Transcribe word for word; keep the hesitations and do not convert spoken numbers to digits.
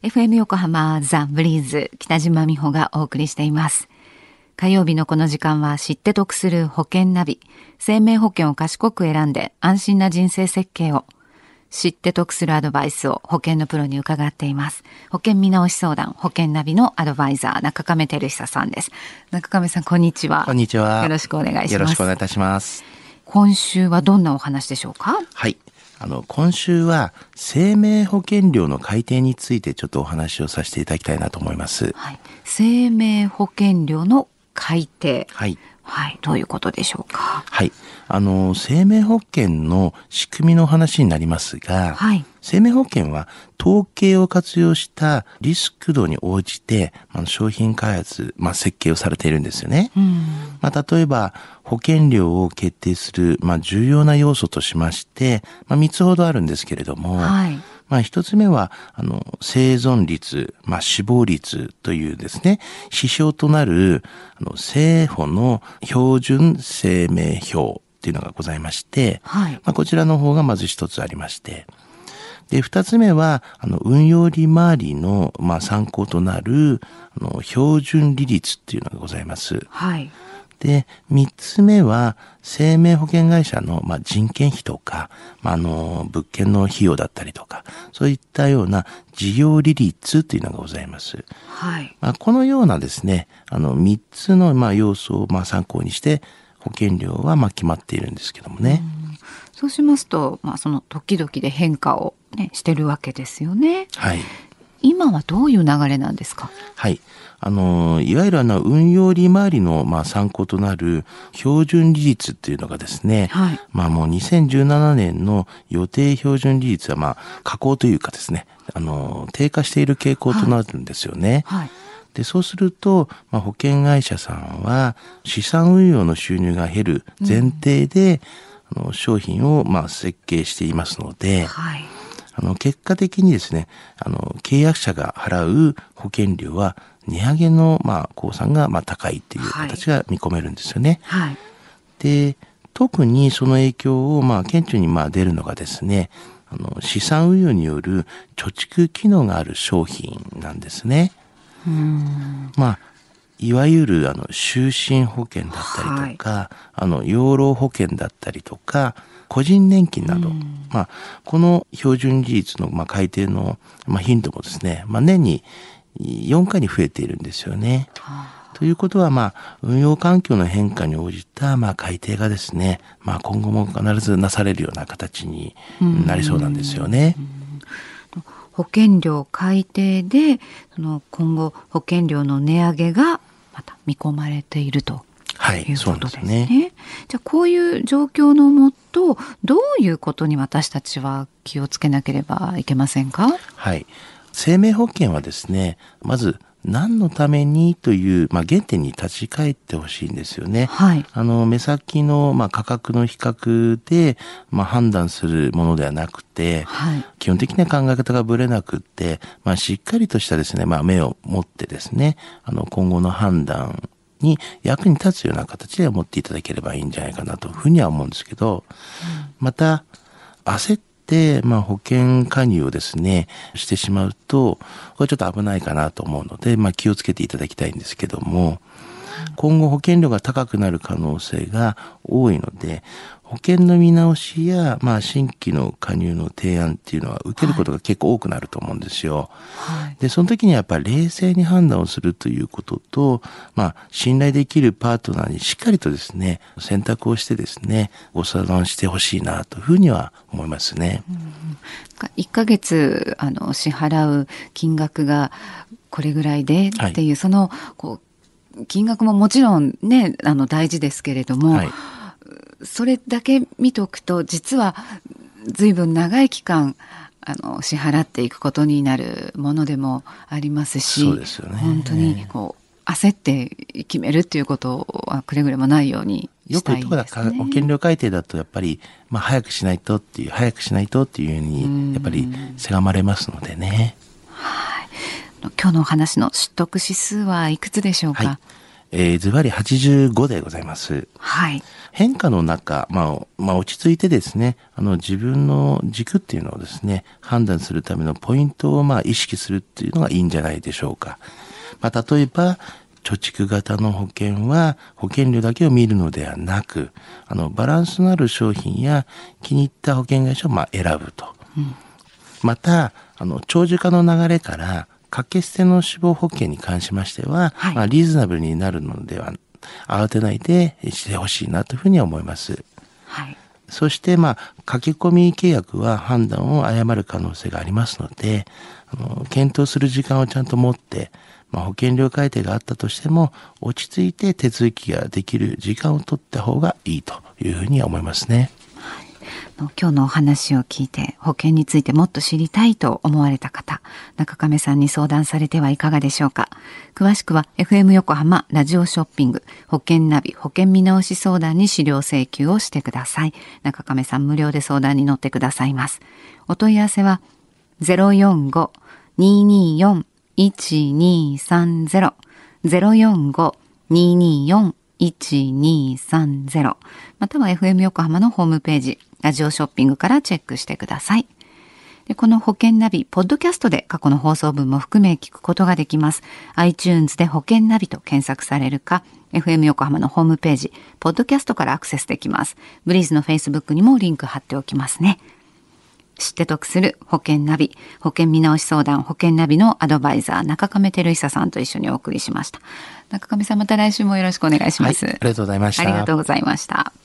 エフエム 横浜ザ・ブリーズ、北島美穂がお送りしています。火曜日のこの時間は知って得する保険ナビ、生命保険を賢く選んで安心な人生設計を、知って得するアドバイスを保険のプロに伺っています。保険見直し相談、保険ナビのアドバイザー、中亀照久さんです。中亀さん、こんにちは。 こんにちは。 よろしくお願いします。 よろしくお願いいたします。 今週はどんなお話でしょうか？ はい。あの、今週は生命保険料の改定についてちょっとお話をさせていただきたいなと思います。 はい。生命保険料の改定。 はい。 はい。どういうことでしょうか？ はい。あの、生命保険の仕組みの話になりますが、 はい。 生命保険は統計を活用したリスク度に応じて、あの商品開発、まあ、設計をされているんですよね。 うんまあ、例えば保険料を決定する、まあ、重要な要素としまして、まあ、みっつほどあるんですけれども、 はいまあ、一つ目は、あの、生存率、まあ、死亡率というですね、指標となる、あの、政府の標準生命表っていうのがございまして、 はいまあ、こちらの方がまず一つありまして、で、二つ目は、あの、運用利回りの、まあ、参考となる、あの、標準利率っていうのがございます。 はいで、三つ目は、生命保険会社の、まあ、人件費とか、まあ、あの、物件の費用だったりとか、そういったような事業利率というのがございます。 はいまあ、このようなですね、あの、三つの、まあ、要素を、まあ、参考にして、保険料は、まあ、決まっているんですけどもね。 うんそうしますと、まあ、その時々で変化を、ね、してるわけですよね。 はい。 今はどういう流れなんですか？ はい。あの、いわゆるあの、運用利回りの、まあ、参考となる標準利率っていうのがですね、 はいまあ、もうにせんじゅうななねんの予定標準利率は、まあ、下降というかですね、あの、低下している傾向となるんですよね。 はいで、そうすると、まあ、保険会社さんは、資産運用の収入が減る前提で、うん、あの商品を、まあ、設計していますので、 はいあの、結果的にですね、あの、契約者が払う保険料は、値上げの、まあ、公算が、まあ、高いっていう形が見込めるんですよね。 はいで、特にその影響を、まあ、顕著に、まあ、出るのがですね、あの、資産運用による貯蓄機能がある商品なんですね。 うーんまあ、いわゆる、あの、就寝保険だったりとか、あの、養老保険だったりとか、個人年金など、まあ、この標準利率の、まあ、改定の、まあ、頻度もですね、まあ、年によんかいに増えているんですよね。ということは、まあ、運用環境の変化に応じた、まあ、改定がですね、まあ、今後も必ずなされるような形になりそうなんですよね。 保険料改定で、その今後保険料の値上げがまた見込まれていると。 はい、 いうそうことですなんですね。 ね。じゃあこういう状況のもと、どういうことに私たちは気をつけなければいけませんか？ はい。生命保険はですね、まず何のためにという、まあ、原点に立ち返ってほしいんですよね。 はいあの、目先の、まあ、価格の比較で、まあ、判断するものではなくて、 はい基本的な考え方がぶれなくって、まあ、しっかりとしたですね、まあ、目を持ってですね、あの、今後の判断に役に立つような形で持っていただければいいんじゃないかなというふうには思うんですけど、また、焦って、まあ、保険加入をですね、してしまうと、これちょっと危ないかなと思うので、まあ、気をつけていただきたいんですけども、今後保険料が高くなる可能性が多いので、保険の見直しや、まあ、新規の加入の提案っていうのは受けることが結構多くなると思うんですよ。 はいで、その時にはやっぱり冷静に判断をするということと、まあ、信頼できるパートナーにしっかりとですね、選択をしてですね、ご相談してほしいなというふうには思いますね。 いっかげつあの支払う金額がこれぐらいでっていう、 はい、 そのこう金額ももちろんね、あの大事ですけれども、 はい、 それだけ見とくと実は随分長い期間あの支払っていくことになるものでもありますし、 そうですよね。 本当にこう焦って決めるっていうことはくれぐれもないようにしたいんですね。 よく言うところは保険料改定だとやっぱり、まあ、早くしないとっていう早くしないとっていうふうにやっぱりせがまれますのでね。 はい。今日のお話の取得指数はいくつでしょうか？ はい、 えー、ズバリはちじゅうごでございます。 はい。 変化の中、まあ、まあ、落ち着いてですね、あの、自分の軸っていうのをですね、判断するためのポイントを、まあ、意識するっていうのがいいんじゃないでしょうか。まあ、例えば、貯蓄型の保険は、保険料だけを見るのではなく、あの、バランスのある商品や気に入った保険会社を、まあ、選ぶと。うん、また、あの、長寿化の流れから、掛け捨ての死亡保険に関しましては、はい、まあ、リーズナブルになるのでは慌てないでしてほしいなというふうに思います。はい、そして、まあ、駆け込み契約は判断を誤る可能性がありますので、あの検討する時間をちゃんと持って、まあ、保険料改定があったとしても、落ち着いて手続きができる時間を取った方がいいというふうに思いますね。 今日のお話を聞いて保険についてもっと知りたいと思われた方、中亀さんに相談されてはいかがでしょうか。詳しくは エフエム 横浜ラジオショッピング保険ナビ保険見直し相談に資料請求をしてください。中亀さん無料で相談に乗ってくださいます。お問い合わせは ゼロよんご にーにーよん いちにーさんゼロ ゼロよんご にーにーよん いちにーさんゼロ または エフエム 横浜のホームページラジオショッピングからチェックしてください。で、この保険ナビポッドキャストで過去の放送分も含め聞くことができます。 iTunes で保険ナビと検索されるか エフエム 横浜のホームページポッドキャストからアクセスできます。ブリーズの Facebook にもリンク貼っておきますね。知って得する保険ナビ保険見直し相談保険ナビのアドバイザー中亀照久さんと一緒にお送りしました。中亀さん、また来週もよろしくお願いします。 はい、ありがとうございました。 ありがとうございました。